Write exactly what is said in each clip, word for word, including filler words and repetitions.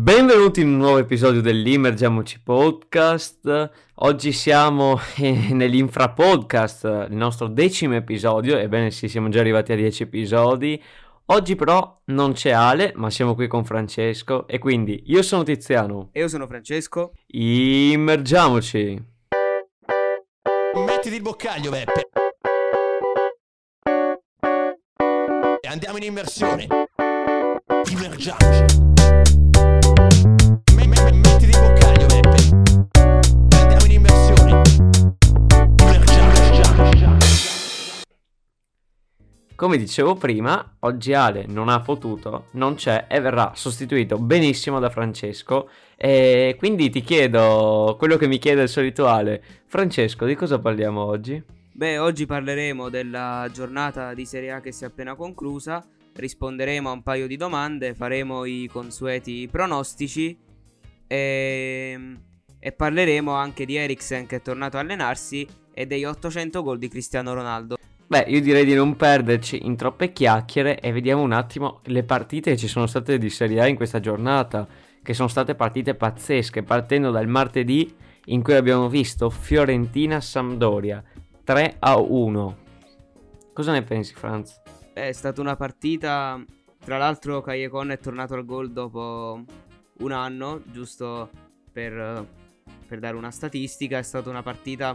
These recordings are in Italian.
Benvenuti in un nuovo episodio dell'Immergiamoci Podcast. Oggi siamo eh, nell'Infra-Podcast, il nostro decimo episodio. Ebbene sì, siamo già arrivati a dieci episodi. Oggi però non c'è Ale, ma siamo qui con Francesco. E quindi io sono Tiziano. E io sono Francesco. Immergiamoci. Mettiti il boccaglio, Beppe. E andiamo in immersione. Immergiamoci. Mettiti il boccaglio, Beppe. Andiamo in immersione. Immergiamoci. Come dicevo prima, oggi Ale non ha potuto, non c'è e verrà sostituito benissimo da Francesco. E quindi ti chiedo quello che mi chiede il solito Ale. Francesco, di cosa parliamo oggi? Beh, oggi parleremo della giornata di Serie A che si è appena conclusa. Risponderemo a un paio di domande, faremo i consueti pronostici e, e parleremo anche di Eriksen che è tornato a allenarsi e degli ottocento gol di Cristiano Ronaldo. Beh, io direi di non perderci in troppe chiacchiere e vediamo un attimo le partite che ci sono state di Serie A in questa giornata, che sono state partite pazzesche, partendo dal martedì in cui abbiamo visto Fiorentina-Sampdoria tre a uno. Cosa ne pensi, Franz? È stata una partita, tra l'altro Callejon è tornato al gol dopo un anno, giusto per, per dare una statistica. È stata una partita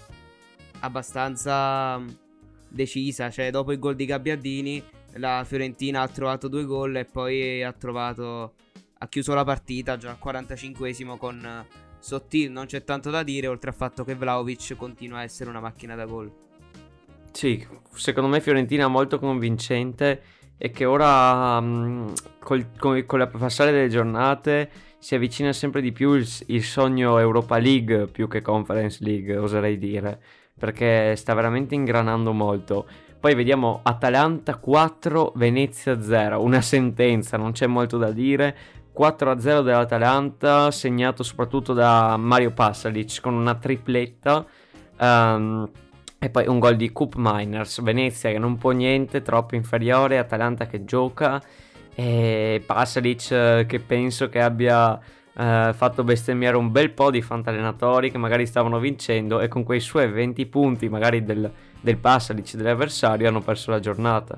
abbastanza decisa, cioè dopo il gol di Gabbiadini la Fiorentina ha trovato due gol e poi ha trovato ha chiuso la partita già al quarantacinquesimo con Sottil. Non c'è tanto da dire, oltre al fatto che Vlahovic continua a essere una macchina da gol. Sì, secondo me Fiorentina molto convincente e che ora mh, col, con, con il passare delle giornate si avvicina sempre di più il, il sogno Europa League più che Conference League, oserei dire, perché sta veramente ingranando molto. Poi vediamo Atalanta quattro, Venezia zero, una sentenza, non c'è molto da dire. quattro a zero dell'Atalanta, segnato soprattutto da Mario Pasalic con una tripletta. Um, E poi un gol di Cup Miners. Venezia che non può niente, troppo inferiore. Atalanta che gioca. E Pasalic eh, che penso che abbia eh, fatto bestemmiare un bel po' di fantallenatori che magari stavano vincendo e con quei suoi venti punti magari del, del Pasalic dell'avversario hanno perso la giornata.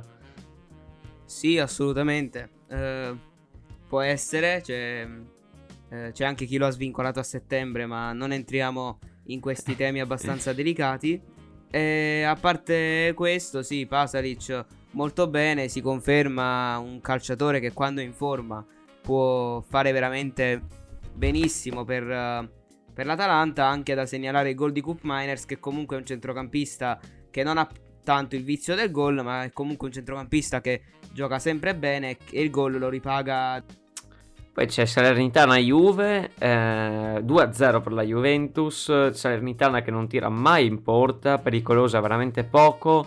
Sì, assolutamente. Eh, può essere. C'è, eh, c'è anche chi lo ha svincolato a settembre, ma non entriamo in questi temi abbastanza delicati. E a parte questo, sì, Pasalic molto bene, si conferma un calciatore che quando è in forma può fare veramente benissimo per, per l'Atalanta. Anche da segnalare il gol di Cup Miners, che comunque è un centrocampista che non ha tanto il vizio del gol, ma è comunque un centrocampista che gioca sempre bene e il gol lo ripaga. Poi c'è Salernitana-Juve, eh, due a zero per la Juventus. Salernitana che non tira mai in porta, pericolosa veramente poco.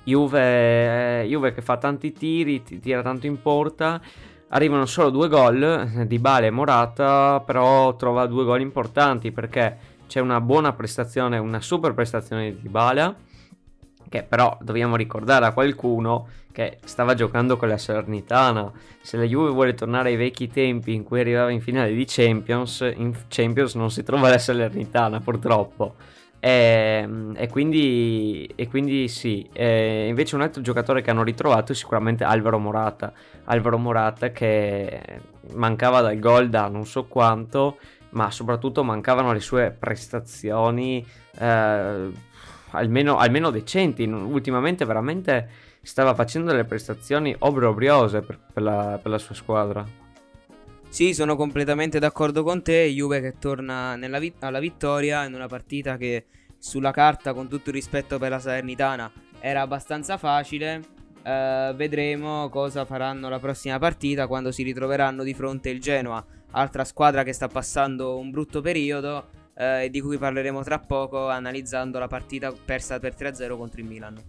Juve, eh, Juve che fa tanti tiri, tira tanto in porta. Arrivano solo due gol, Dybala e Morata, però trova due gol importanti perché c'è una buona prestazione, una super prestazione di Dybala, che però dobbiamo ricordare a qualcuno che stava giocando con la Salernitana. Se la Juve vuole tornare ai vecchi tempi in cui arrivava in finale di Champions, in Champions non si trova la Salernitana purtroppo. E, e, quindi, e quindi sì, e invece un altro giocatore che hanno ritrovato è sicuramente Alvaro Morata. Alvaro Morata che mancava dal gol da non so quanto, ma soprattutto mancavano le sue prestazioni eh, almeno, almeno decenti. Ultimamente veramente stava facendo delle prestazioni obbrobriose per, per, la, per la sua squadra. Sì, sono completamente d'accordo con te. Juve che torna nella vi- alla vittoria in una partita che sulla carta, con tutto il rispetto per la Salernitana, era abbastanza facile. Eh, vedremo cosa faranno la prossima partita, quando si ritroveranno di fronte il Genoa, altra squadra che sta passando un brutto periodo eh, e di cui parleremo tra poco, analizzando la partita persa per tre a zero contro il Milan.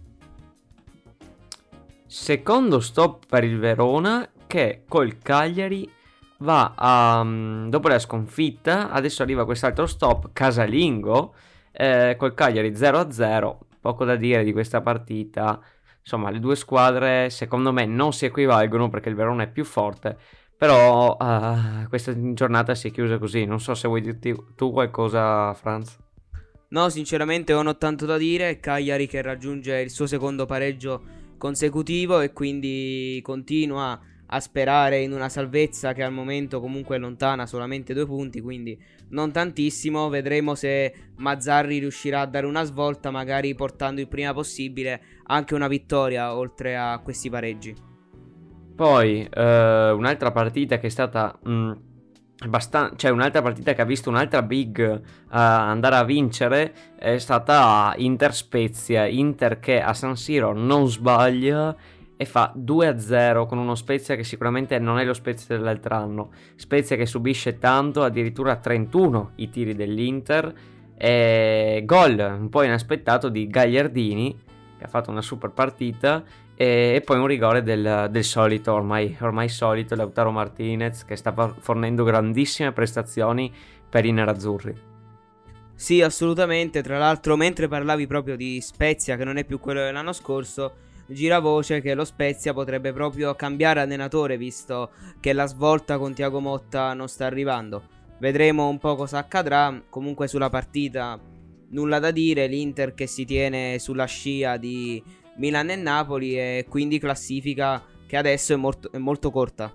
Secondo stop per il Verona che col Cagliari va a, dopo la sconfitta, adesso arriva quest'altro stop, casalingo, eh, col Cagliari zero a zero. Poco da dire di questa partita. Insomma, le due squadre secondo me non si equivalgono perché il Verona è più forte, Però uh, questa giornata si è chiusa così. Non so se vuoi dirti tu qualcosa, Franz. No, sinceramente non ho tanto da dire. Cagliari che raggiunge il suo secondo pareggio consecutivo e quindi continua a sperare in una salvezza che al momento comunque è lontana, solamente due punti, quindi non tantissimo. Vedremo se Mazzarri riuscirà a dare una svolta, magari portando il prima possibile anche una vittoria oltre a questi pareggi. Poi eh, un'altra partita che è stata mh, abbastanza, cioè un'altra partita che ha visto un'altra big uh, andare a vincere è stata Inter Spezia. Inter che a San Siro non sbaglia e fa due a zero con uno Spezia che sicuramente non è lo Spezia dell'altro anno. Spezia che subisce tanto, addirittura trentuno i tiri dell'Inter, e gol un po' inaspettato di Gagliardini che ha fatto una super partita, e, e poi un rigore del, del solito, ormai, ormai solito, Lautaro Martinez, che sta fornendo grandissime prestazioni per i nerazzurri. Sì, assolutamente. Tra l'altro, mentre parlavi proprio di Spezia, che non è più quello dell'anno scorso, gira voce che lo Spezia potrebbe proprio cambiare allenatore, visto che la svolta con Thiago Motta non sta arrivando. Vedremo un po' cosa accadrà. Comunque sulla partita nulla da dire, l'Inter che si tiene sulla scia di Milan e Napoli, e quindi classifica che adesso è molto, è molto corta.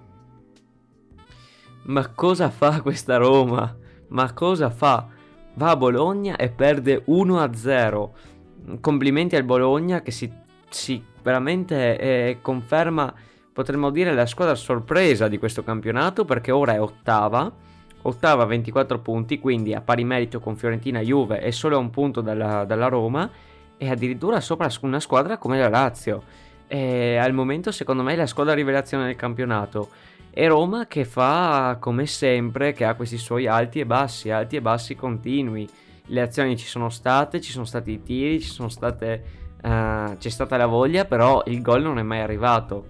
Ma cosa fa questa Roma? Ma cosa fa? Va a Bologna e perde uno a zero. Complimenti al Bologna che si, si veramente eh, conferma, potremmo dire, la squadra sorpresa di questo campionato, perché ora è ottava. Ottava a ventiquattro punti, quindi a pari merito con Fiorentina, Juve e solo a un punto dalla, dalla Roma, e addirittura sopra una squadra come la Lazio. E al momento secondo me è la squadra rivelazione del campionato. E Roma che fa come sempre, che ha questi suoi alti e bassi, alti e bassi continui. Le azioni ci sono state, ci sono stati i tiri, ci sono state, uh, c'è stata la voglia, però il gol non è mai arrivato.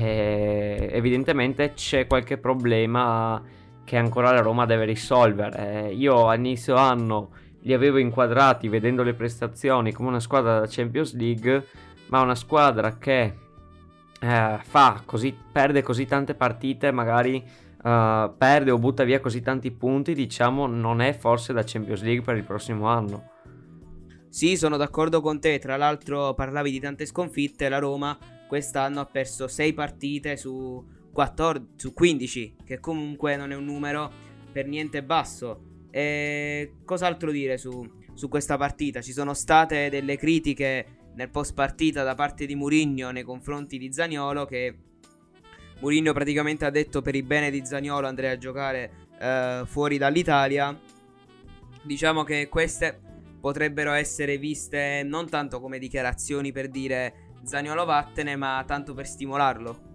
E evidentemente c'è qualche problema che ancora la Roma deve risolvere. Eh, io a inizio anno li avevo inquadrati, vedendo le prestazioni, come una squadra da Champions League, ma una squadra che eh, fa così, perde così tante partite, magari eh, perde o butta via così tanti punti, diciamo non è forse da Champions League per il prossimo anno. Sì, sono d'accordo con te. Tra l'altro parlavi di tante sconfitte. La Roma quest'anno ha perso sei partite su quattordici, su quindici, che comunque non è un numero per niente basso. E cos'altro dire su, su questa partita? Ci sono state delle critiche nel post partita da parte di Mourinho nei confronti di Zaniolo, che Mourinho praticamente ha detto: per il bene di Zaniolo andrei a giocare eh, fuori dall'Italia. Diciamo che queste potrebbero essere viste non tanto come dichiarazioni per dire Zaniolo vattene, ma tanto per stimolarlo.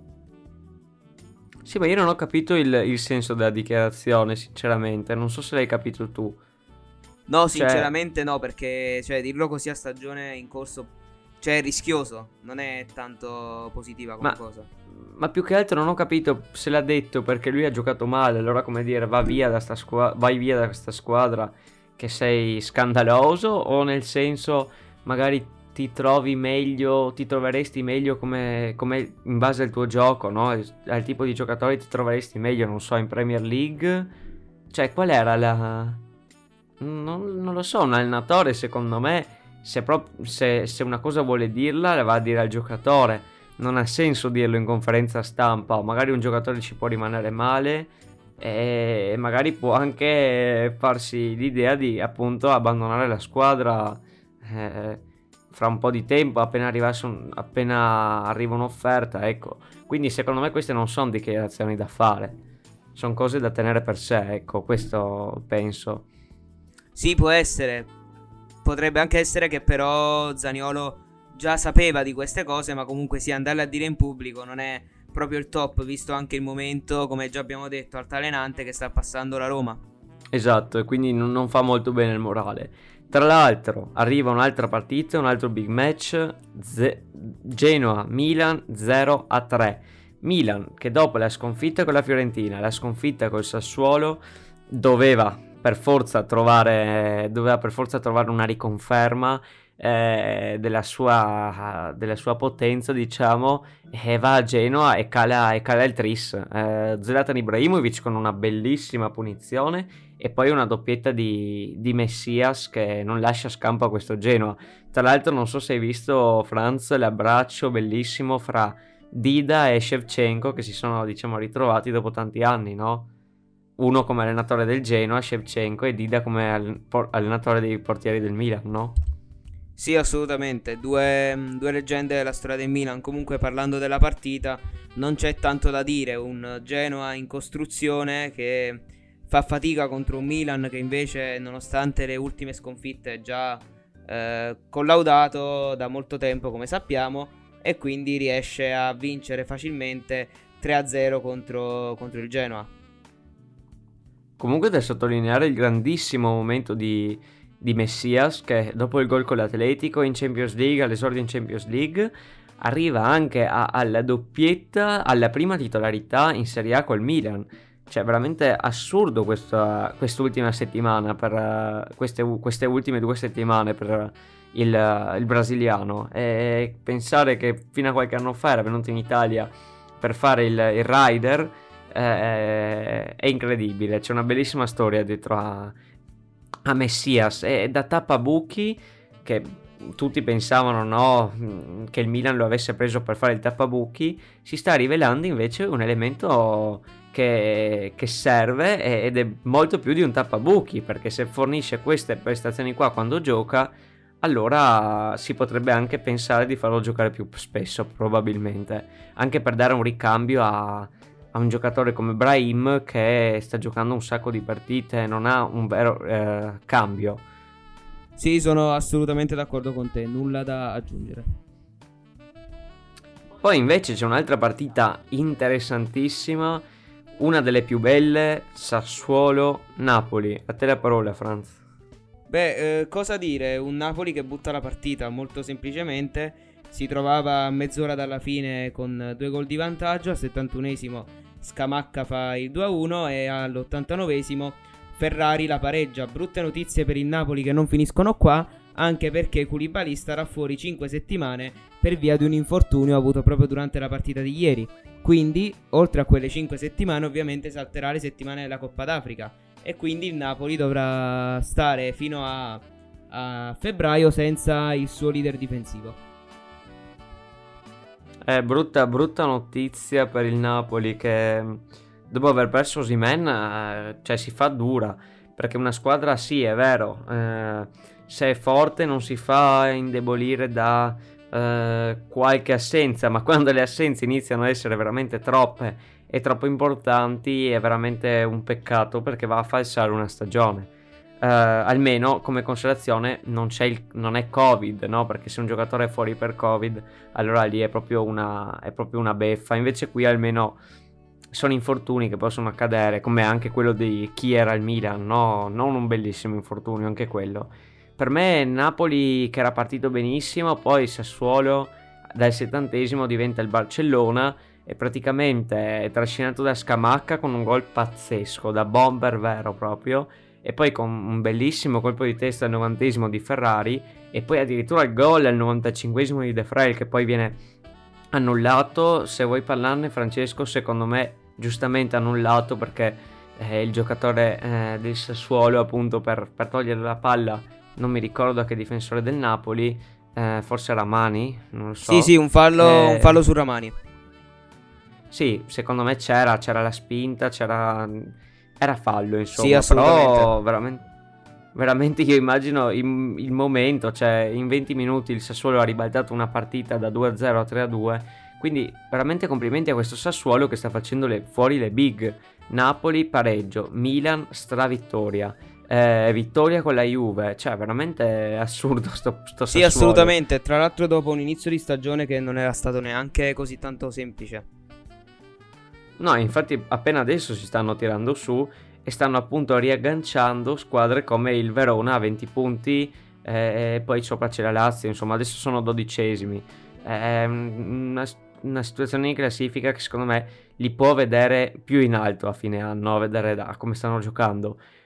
Sì, ma io non ho capito il, il senso della dichiarazione, sinceramente. Non so se l'hai capito tu. No, sinceramente cioè... no, perché cioè, dirlo così a stagione in corso, cioè è rischioso, non è tanto positiva come ma, cosa. Ma più che altro non ho capito se l'ha detto perché lui ha giocato male, allora come dire, va via da sta squa- vai via da questa squadra che sei scandaloso, o nel senso magari ti trovi meglio, ti troveresti meglio come, come in base al tuo gioco, no? Al tipo di giocatore ti troveresti meglio, non so, in Premier League. Cioè, qual era la... Non, non lo so, un allenatore secondo me, se, prop- se, se una cosa vuole dirla, la va a dire al giocatore. Non ha senso dirlo in conferenza stampa. Magari un giocatore ci può rimanere male e magari può anche farsi l'idea di appunto abbandonare la squadra eh, fra un po' di tempo, appena arrivasse un, appena arriva un'offerta, ecco. Quindi secondo me queste non sono dichiarazioni da fare, sono cose da tenere per sé, ecco, questo penso. Sì, può essere. Potrebbe anche essere che però Zaniolo già sapeva di queste cose, ma comunque sì, andarle a dire in pubblico non è proprio il top, visto anche il momento, come già abbiamo detto, altalenante che sta passando la Roma. Esatto, e quindi non, non fa molto bene il morale. Tra l'altro arriva un'altra partita, un altro big match, Z- Genoa-Milan zero a tre. Milan che dopo la sconfitta con la Fiorentina, la sconfitta col Sassuolo, doveva per forza trovare, doveva per forza trovare una riconferma eh, della sua, della sua potenza, diciamo, e va a Genoa e cala, e cala il tris. Eh, Zlatan Ibrahimovic con una bellissima punizione e poi una doppietta di, di Messias che non lascia scampo a questo Genoa. Tra l'altro non so se hai visto, Franz, l'abbraccio bellissimo fra Dida e Shevchenko che si sono, diciamo, ritrovati dopo tanti anni, no? Uno come allenatore del Genoa, Shevchenko, e Dida come all- por- allenatore dei portieri del Milan, no? Sì, assolutamente, due, due leggende della storia del Milan. Comunque, parlando della partita, non c'è tanto da dire. Un Genoa in costruzione che fa fatica contro un Milan che invece, nonostante le ultime sconfitte, è già eh, collaudato da molto tempo, come sappiamo, e quindi riesce a vincere facilmente tre a zero contro, contro il Genoa. Comunque da sottolineare il grandissimo momento di, di Messias che dopo il gol con l'Atletico in Champions League, all'esordio in Champions League, arriva anche a- alla doppietta, alla prima titolarità in Serie A col Milan. Cioè veramente assurdo questa, quest'ultima settimana per uh, queste, queste ultime due settimane per il, uh, il brasiliano, e pensare che fino a qualche anno fa era venuto in Italia per fare il, il rider eh, è incredibile. C'è una bellissima storia dietro a, a Messias, e da tappabuchi che tutti pensavano no, che il Milan lo avesse preso per fare il tappabuchi, si sta rivelando invece un elemento che, che serve ed è molto più di un tappabuchi, perché se fornisce queste prestazioni qua quando gioca, allora si potrebbe anche pensare di farlo giocare più spesso, probabilmente, anche per dare un ricambio a, a un giocatore come Brahim che sta giocando un sacco di partite e non ha un vero eh, cambio. Sì, sono assolutamente d'accordo con te, nulla da aggiungere. Poi invece c'è un'altra partita interessantissima, una delle più belle, Sassuolo-Napoli. A te la parola, Franz. Beh, eh, cosa dire? Un Napoli che butta la partita molto semplicemente. Si trovava a mezz'ora dalla fine con due gol di vantaggio. Al settantunesimo Scamacca fa il due a uno e all'ottantanovesimo Ferrari la pareggia. Brutte notizie per il Napoli che non finiscono qua, anche perché Koulibaly starà fuori cinque settimane per via di un infortunio avuto proprio durante la partita di ieri. Quindi, oltre a quelle cinque settimane, ovviamente salterà le settimane della Coppa d'Africa e quindi il Napoli dovrà stare fino a, a febbraio senza il suo leader difensivo. È brutta, brutta notizia per il Napoli che dopo aver perso Osimhen, eh, cioè si fa dura, perché una squadra, sì, è vero, eh, se è forte non si fa indebolire da eh, qualche assenza, ma quando le assenze iniziano a essere veramente troppe e troppo importanti è veramente un peccato, perché va a falsare una stagione. Uh, almeno come consolazione non, c'è il, non è Covid, no? Perché se un giocatore è fuori per Covid, allora lì è proprio una, è proprio una beffa. Invece qui almeno sono infortuni che possono accadere, come anche quello di chi era il Milan, no? Non un bellissimo infortunio, anche quello. Per me Napoli che era partito benissimo, poi Sassuolo dal settantesimo diventa il Barcellona e praticamente è trascinato da Scamacca con un gol pazzesco, da bomber vero proprio, e poi con un bellissimo colpo di testa al novantesimo di Ferrari, e poi addirittura il gol al novantacinquesimo di De Frel che poi viene annullato. Se vuoi parlarne, Francesco, secondo me giustamente annullato, perché eh, il giocatore eh, del Sassuolo, appunto, per, per togliere la palla, non mi ricordo a che difensore del Napoli, eh, forse Ramani, non lo so. Sì, sì, un fallo, eh, un fallo su Ramani. Sì, secondo me c'era, c'era la spinta, c'era... era fallo, insomma. Sì, assolutamente. Però veramente, veramente io immagino il, il momento, cioè in venti minuti il Sassuolo ha ribaltato una partita da due a zero a tre a due, quindi veramente complimenti a questo Sassuolo che sta facendo le, fuori le big. Napoli pareggio, Milan stravittoria, eh, vittoria con la Juve, cioè veramente assurdo sto, sto Sì, Sassuolo. assolutamente. Tra l'altro dopo un inizio di stagione che non era stato neanche così tanto semplice. No, infatti appena adesso si stanno tirando su e stanno appunto riagganciando squadre come il Verona a venti punti, eh, e poi sopra c'è la Lazio, insomma adesso sono dodicesimi. È una, una situazione di classifica che secondo me li può vedere più in alto a fine anno, a vedere da come stanno giocando.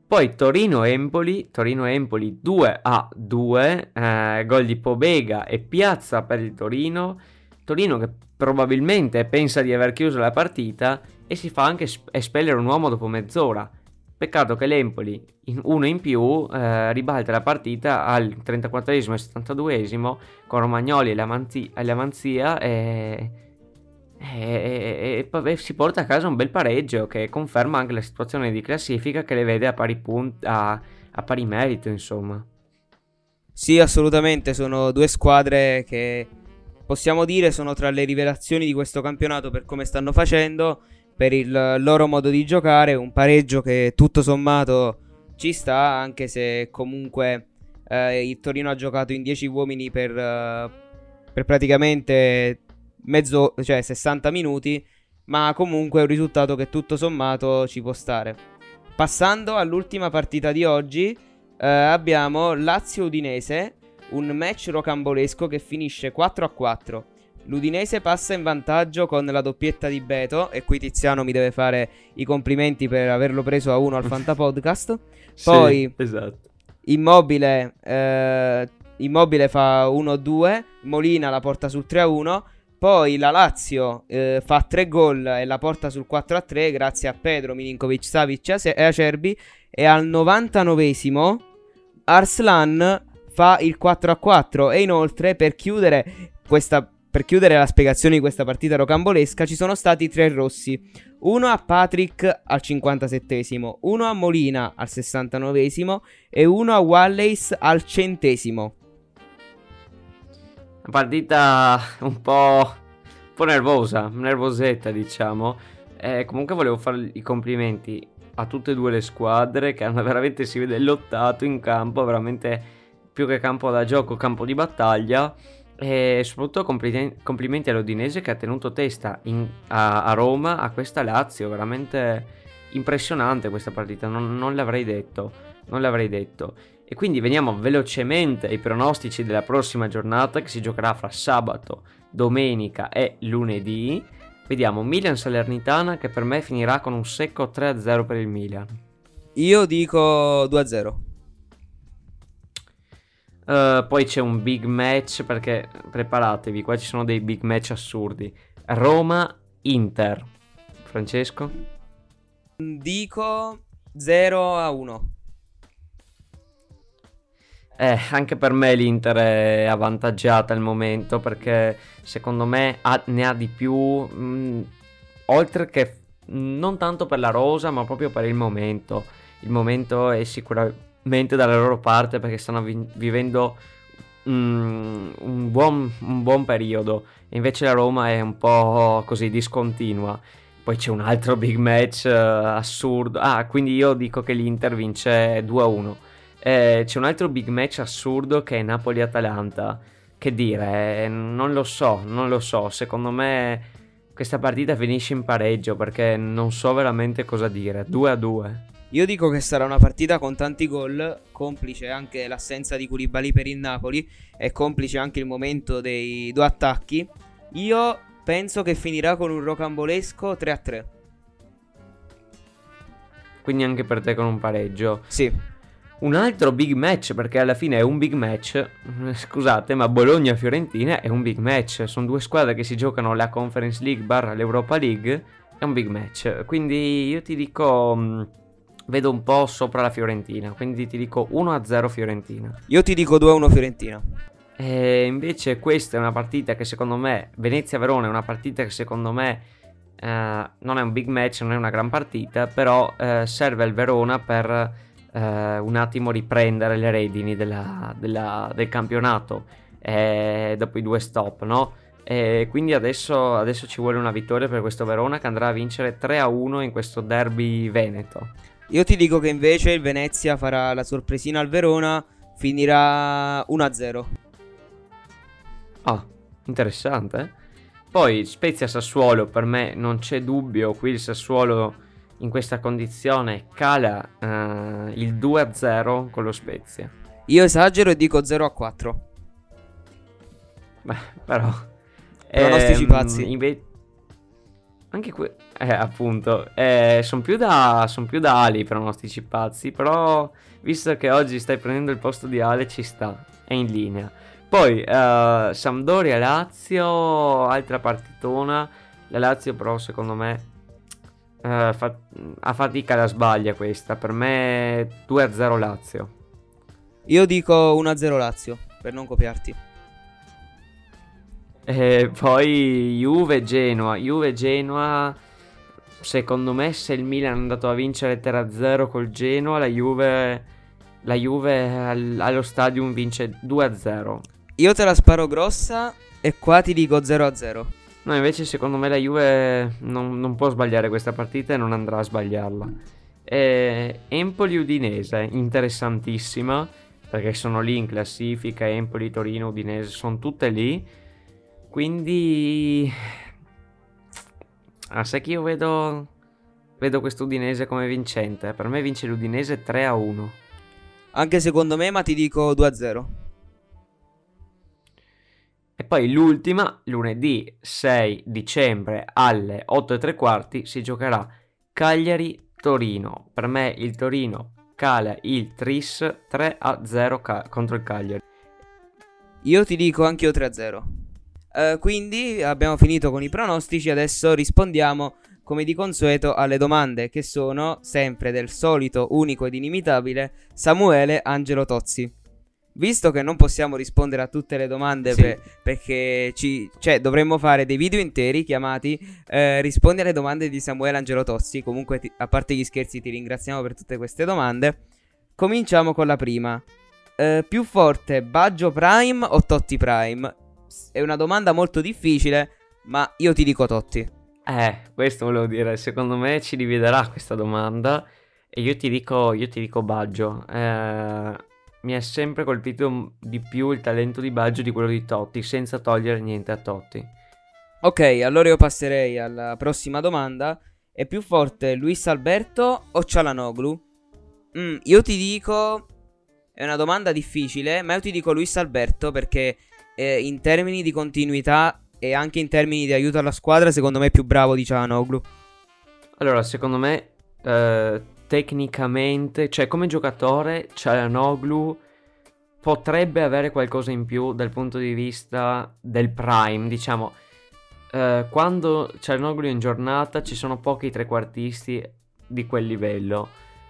Poi Torino-Empoli, Torino-Empoli due a due, eh, gol di Pobega e Piazza per il Torino. Torino che probabilmente pensa di aver chiuso la partita e si fa anche sp- espellere un uomo dopo mezz'ora. Peccato che l'Empoli, in uno in più, eh, ribalta la partita al trentaquattresimo e settantaduesimo con Romagnoli e la, Manzi- e la Manzia e... E, e, e si porta a casa un bel pareggio che conferma anche la situazione di classifica che le vede a pari, punt- a, a pari merito, insomma. Sì, assolutamente, sono due squadre che possiamo dire sono tra le rivelazioni di questo campionato per come stanno facendo, per il loro modo di giocare, un pareggio che tutto sommato ci sta, anche se comunque eh, il Torino ha giocato in dieci uomini per, uh, per praticamente mezzo, cioè sessanta minuti, ma comunque è un risultato che tutto sommato ci può stare. Passando all'ultima partita di oggi, eh, abbiamo Lazio-Udinese, un match rocambolesco che finisce quattro a quattro. L'Udinese passa in vantaggio con la doppietta di Beto, e qui Tiziano mi deve fare i complimenti per averlo preso a uno al Fantapodcast. Poi sì, esatto. Immobile, eh, Immobile fa uno a due, Molina la porta sul tre a uno. Poi la Lazio eh, fa tre gol e la porta sul quattro a tre grazie a Pedro, Milinkovic, Savic e Acerbi. E al novantanovesimo Arslan fa il quattro a quattro. E inoltre, per chiudere questa, per chiudere la spiegazione di questa partita rocambolesca, ci sono stati tre rossi. Uno a Patrick al cinquantasettesimo, uno a Molina al sessantanovesimo e uno a Wallace al centesimo. Una partita un po', un po' nervosa, nervosetta diciamo. Eh, comunque volevo fare i complimenti a tutte e due le squadre che hanno veramente, si vede, lottato in campo, veramente più che campo da gioco, campo di battaglia. E soprattutto compli- complimenti all'Udinese che ha tenuto testa in, a, a Roma a questa Lazio. Veramente impressionante questa partita, non, non l'avrei detto, non l'avrei detto. E quindi veniamo velocemente ai pronostici della prossima giornata che si giocherà fra sabato, domenica e lunedì. Vediamo Milan-Salernitana che per me finirà con un secco tre a zero per il Milan. Io dico due a zero. Uh, poi c'è un big match, perché preparatevi, qua ci sono dei big match assurdi. Roma-Inter. Francesco? Dico zero a uno. Eh, anche per me l'Inter è avvantaggiata al momento, perché secondo me ha, ne ha di più, mh, oltre che non tanto per la rosa, ma proprio per il momento. Il momento è sicuramente dalla loro parte, perché stanno vi- vivendo mh, un, buon, un buon periodo, e invece la Roma è un po' così discontinua. Poi c'è un altro big match uh, assurdo. Ah, quindi io dico che l'Inter vince due a uno. Eh, c'è un altro big match assurdo che è Napoli-Atalanta. Che dire, non lo so, non lo so. Secondo me questa partita finisce in pareggio, perché non so veramente cosa dire. due a due. Io dico che sarà una partita con tanti gol, complice anche l'assenza di Koulibaly per il Napoli e complice anche il momento dei due attacchi. Io penso che finirà con un rocambolesco tre a tre. Quindi anche per te con un pareggio. Sì. Un altro big match, perché alla fine è un big match, scusate, ma Bologna-Fiorentina è un big match. Sono due squadre che si giocano la Conference League barra l'Europa League, è un big match. Quindi io ti dico, mh, vedo un po' sopra la Fiorentina, quindi ti dico uno a zero Fiorentina. Io ti dico due a uno Fiorentina. E invece questa è una partita che secondo me, Venezia-Verona è una partita che secondo me eh, non è un big match, non è una gran partita, però eh, serve al Verona per Uh, un attimo riprendere le redini della, della, del campionato eh, dopo i due stop, no? E quindi adesso, adesso ci vuole una vittoria per questo Verona, che andrà a vincere tre a uno in questo derby veneto. Io ti dico che invece il Venezia farà la sorpresina al Verona, finirà uno a zero. Ah, interessante, eh? Poi Spezia-Sassuolo, per me non c'è dubbio, qui il Sassuolo in questa condizione cala uh, il due a zero con lo Spezia. Io esagero e dico zero a quattro. Beh, però Pronostici ehm, pazzi. inve- Anche qui, eh, appunto, eh, sono più da, son più da Ali i pronostici pazzi, però visto che oggi stai prendendo il posto di Ale ci sta, è in linea. Poi, eh, Sampdoria-Lazio, altra partitona, la Lazio però secondo me eh, fa- a fatica la sbaglia questa, per me due a zero Lazio. Io dico uno a zero Lazio, per non copiarti. E poi Juve-Genoa, Juve-Genoa, secondo me se il Milan è andato a vincere tre a zero col Genoa, la Juve, la Juve al- allo Stadium vince due a zero. Io te la sparo grossa e qua ti dico zero a zero. No, invece secondo me la Juve non, non può sbagliare questa partita e non andrà a sbagliarla. E Empoli-Udinese, interessantissima, perché sono lì in classifica, Empoli, Torino, Udinese, sono tutte lì. Quindi... Ah, sai che io vedo... Vedo questo Udinese come vincente. Per me vince l'Udinese tre a uno. Anche secondo me, ma ti dico due a zero. E poi l'ultima, lunedì sei dicembre alle otto e tre quarti si giocherà Cagliari-Torino. Per me il Torino cala il Tris tre a zero ca- contro il Cagliari. Io ti dico anch'io tre a zero. Eh, quindi abbiamo finito con i pronostici, adesso rispondiamo come di consueto alle domande, che sono sempre del solito, unico ed inimitabile Samuele Angelo Tozzi. Visto che non possiamo rispondere a tutte le domande, Sì. per- perché ci, cioè, dovremmo fare dei video interi chiamati eh, Rispondi alle domande di Samuele Angelo Tozzi. Comunque, ti- a parte gli scherzi, ti ringraziamo per tutte queste domande. Cominciamo con la prima. Eh, più forte, Baggio Prime o Totti Prime? È una domanda molto difficile, ma io ti dico Totti. Eh, questo volevo dire, secondo me ci dividerà questa domanda e io ti dico, io ti dico Baggio. Eh, mi è sempre colpito di più il talento di Baggio di quello di Totti, senza togliere niente a Totti. Ok, allora io passerei alla prossima domanda. È più forte Luis Alberto o Çalhanoğlu? Mm, io ti dico... È una domanda difficile, ma io ti dico Luis Alberto perché eh, in termini di continuità e anche in termini di aiuto alla squadra, secondo me è più bravo di Çalhanoğlu. Allora, secondo me, eh, tecnicamente, cioè come giocatore, Çalhanoğlu potrebbe avere qualcosa in più dal punto di vista del prime, diciamo. Eh, quando Çalhanoğlu è in giornata ci sono pochi trequartisti di quel livello.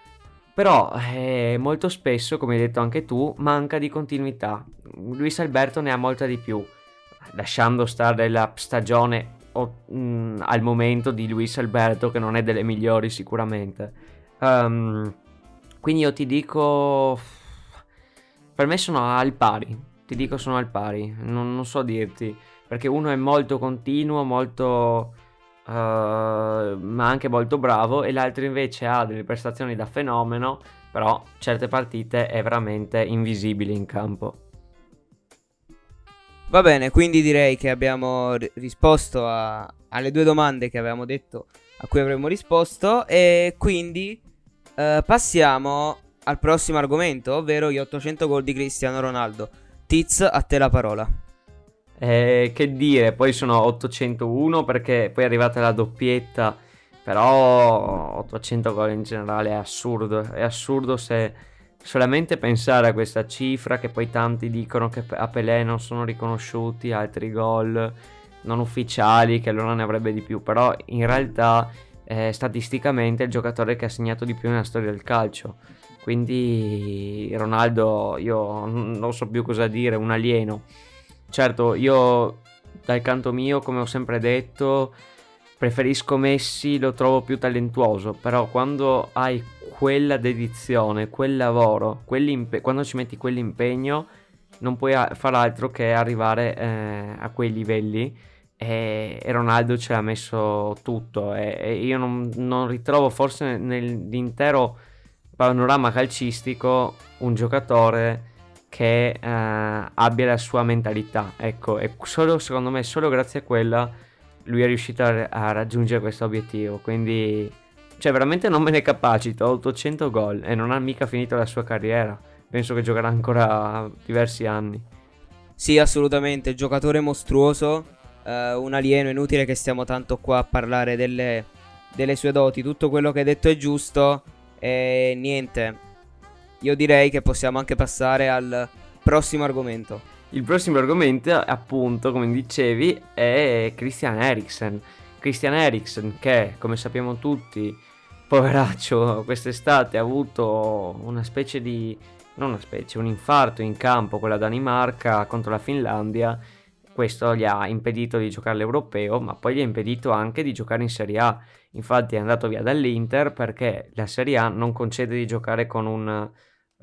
Però eh, molto spesso, come hai detto anche tu, manca di continuità. Luis Alberto ne ha molta di più, lasciando stare la stagione o, mh, al momento di Luis Alberto, che non è delle migliori sicuramente. Um, quindi io ti dico, per me sono al pari, ti dico sono al pari, non, non so dirti, perché uno è molto continuo, molto... Uh, ma anche molto bravo, e l'altro invece ha delle prestazioni da fenomeno, però certe partite è veramente invisibile in campo. Va bene, quindi direi che abbiamo ri- risposto a- alle due domande che avevamo detto a cui avremmo risposto, e quindi eh, passiamo al prossimo argomento, ovvero gli ottocento gol di Cristiano Ronaldo. Tiz, a te la parola. Eh, che dire, poi sono ottocentouno perché poi è arrivata la doppietta, però ottocento gol in generale è assurdo, è assurdo se solamente pensare a questa cifra, che poi tanti dicono che a Pelé non sono riconosciuti altri gol non ufficiali, che allora ne avrebbe di più, però in realtà eh, statisticamente è il giocatore che ha segnato di più nella storia del calcio, quindi Ronaldo io non so più cosa dire, un alieno. Certo, io dal canto mio, come ho sempre detto, preferisco Messi, lo trovo più talentuoso, però quando hai quella dedizione, quel lavoro, quando ci metti quell'impegno, non puoi far altro che arrivare eh, a quei livelli, e, e Ronaldo ce l'ha messo tutto, e, e io non, non ritrovo forse nell'intero panorama calcistico un giocatore che eh, abbia la sua mentalità, ecco, e solo secondo me solo grazie a quella lui è riuscito a, a raggiungere questo obiettivo, quindi cioè veramente non me ne capacito. Ottocento gol e non ha mica finito la sua carriera, penso che giocherà ancora diversi anni. Sì, assolutamente, giocatore mostruoso, eh, un alieno, è inutile che stiamo tanto qua a parlare delle, delle sue doti. Tutto quello che hai detto è giusto e niente, io direi che possiamo anche passare al prossimo argomento. Il prossimo argomento, appunto, come dicevi, è Christian Eriksen. Christian Eriksen che, come sappiamo tutti, poveraccio, quest'estate ha avuto una specie di... non una specie, un infarto in campo con la Danimarca contro la Finlandia. Questo gli ha impedito di giocare l'Europeo, ma poi gli ha impedito anche di giocare in Serie A. Infatti è andato via dall'Inter perché la Serie A non concede di giocare con un...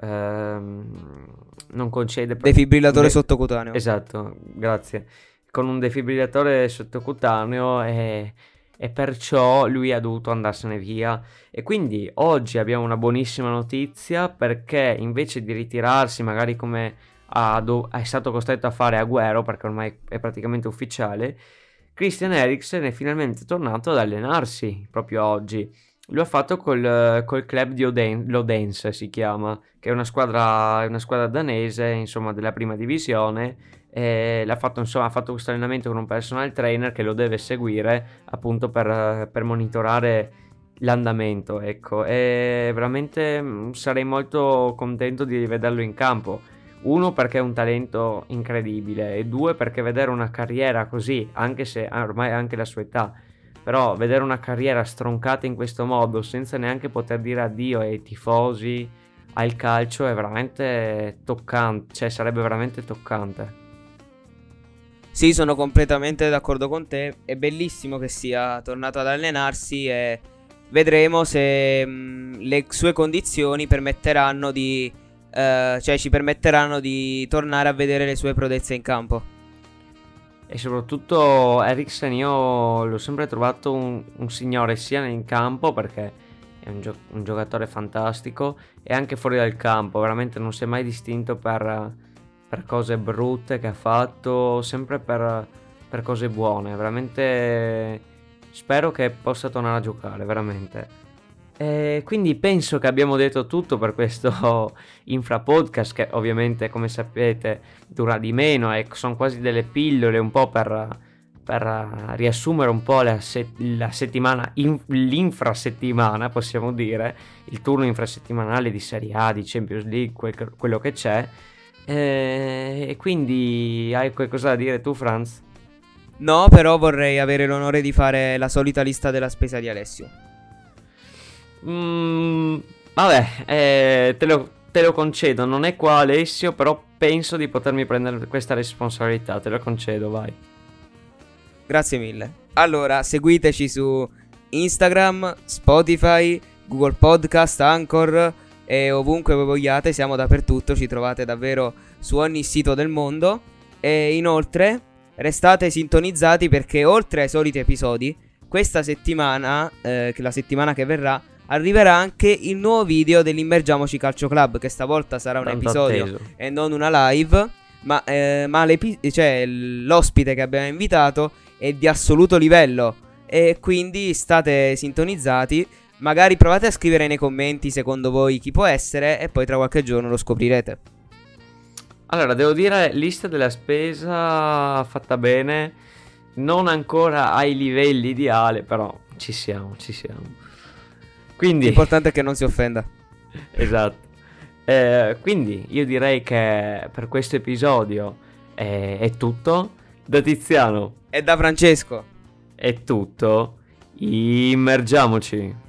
Ehm, non concede... Defibrillatore de- sottocutaneo. Esatto, grazie. Con un defibrillatore sottocutaneo e... e perciò lui ha dovuto andarsene via. E quindi oggi abbiamo una buonissima notizia, perché invece di ritirarsi magari come ha do- è stato costretto a fare Agüero, perché ormai è praticamente ufficiale, Christian Eriksen è finalmente tornato ad allenarsi proprio oggi. Lo ha fatto col, col club di Oden- l'Odense si chiama, che è una squadra, è una squadra danese, insomma, della prima divisione. E l'ha fatto, insomma, ha fatto questo allenamento con un personal trainer che lo deve seguire appunto per, per monitorare l'andamento, ecco. E veramente mh, sarei molto contento di rivederlo in campo. Uno, perché è un talento incredibile, e due, perché vedere una carriera così, anche se ormai ha anche la sua età, però vedere una carriera stroncata in questo modo senza neanche poter dire addio ai tifosi, al calcio, è veramente toccante, cioè sarebbe veramente toccante. Sì, sono completamente d'accordo con te. È bellissimo che sia tornato ad allenarsi e vedremo se mh, le sue condizioni permetteranno di, eh, cioè ci permetteranno di tornare a vedere le sue prodezze in campo. E soprattutto Eriksen io l'ho sempre trovato un, un signore sia in campo, perché è un, gio- un giocatore fantastico, e anche fuori dal campo. Veramente non si è mai distinto per... per cose brutte che ha fatto, sempre per, per cose buone. Veramente spero che possa tornare a giocare, veramente. E quindi penso che abbiamo detto tutto per questo Infra Podcast, che ovviamente, come sapete, dura di meno e sono quasi delle pillole un po' per, per riassumere un po' la, se- la settimana, in- l'infrasettimana, possiamo dire, il turno infrasettimanale di Serie A, di Champions League, quel- quello che c'è. E quindi hai qualcosa da dire tu, Franz? No, però vorrei avere l'onore di fare la solita lista della spesa di Alessio. Mm, vabbè, eh, te, lo, te lo concedo. Non è qua Alessio, però penso di potermi prendere questa responsabilità. Te lo concedo, vai. Grazie mille. Allora, seguiteci su Instagram, Spotify, Google Podcast, Anchor e ovunque voi vogliate, siamo dappertutto, ci trovate davvero su ogni sito del mondo. E inoltre restate sintonizzati, perché oltre ai soliti episodi, questa settimana, eh, che la settimana che verrà, arriverà anche il nuovo video dell'Immergiamoci Calcio Club, che stavolta sarà un Tanto episodio atteso. e non una live. Ma, eh, ma l'epi- cioè, l'ospite che abbiamo invitato è di assoluto livello, e quindi state sintonizzati. Magari provate a scrivere nei commenti secondo voi chi può essere, e poi tra qualche giorno lo scoprirete. Allora, devo dire, lista della spesa fatta bene, non ancora ai livelli ideali, però ci siamo, ci siamo. Quindi, L'importante è che non si offenda. esatto. Eh, quindi io direi che per questo episodio è, è tutto. Da Tiziano E da Francesco. è tutto. Immergiamoci.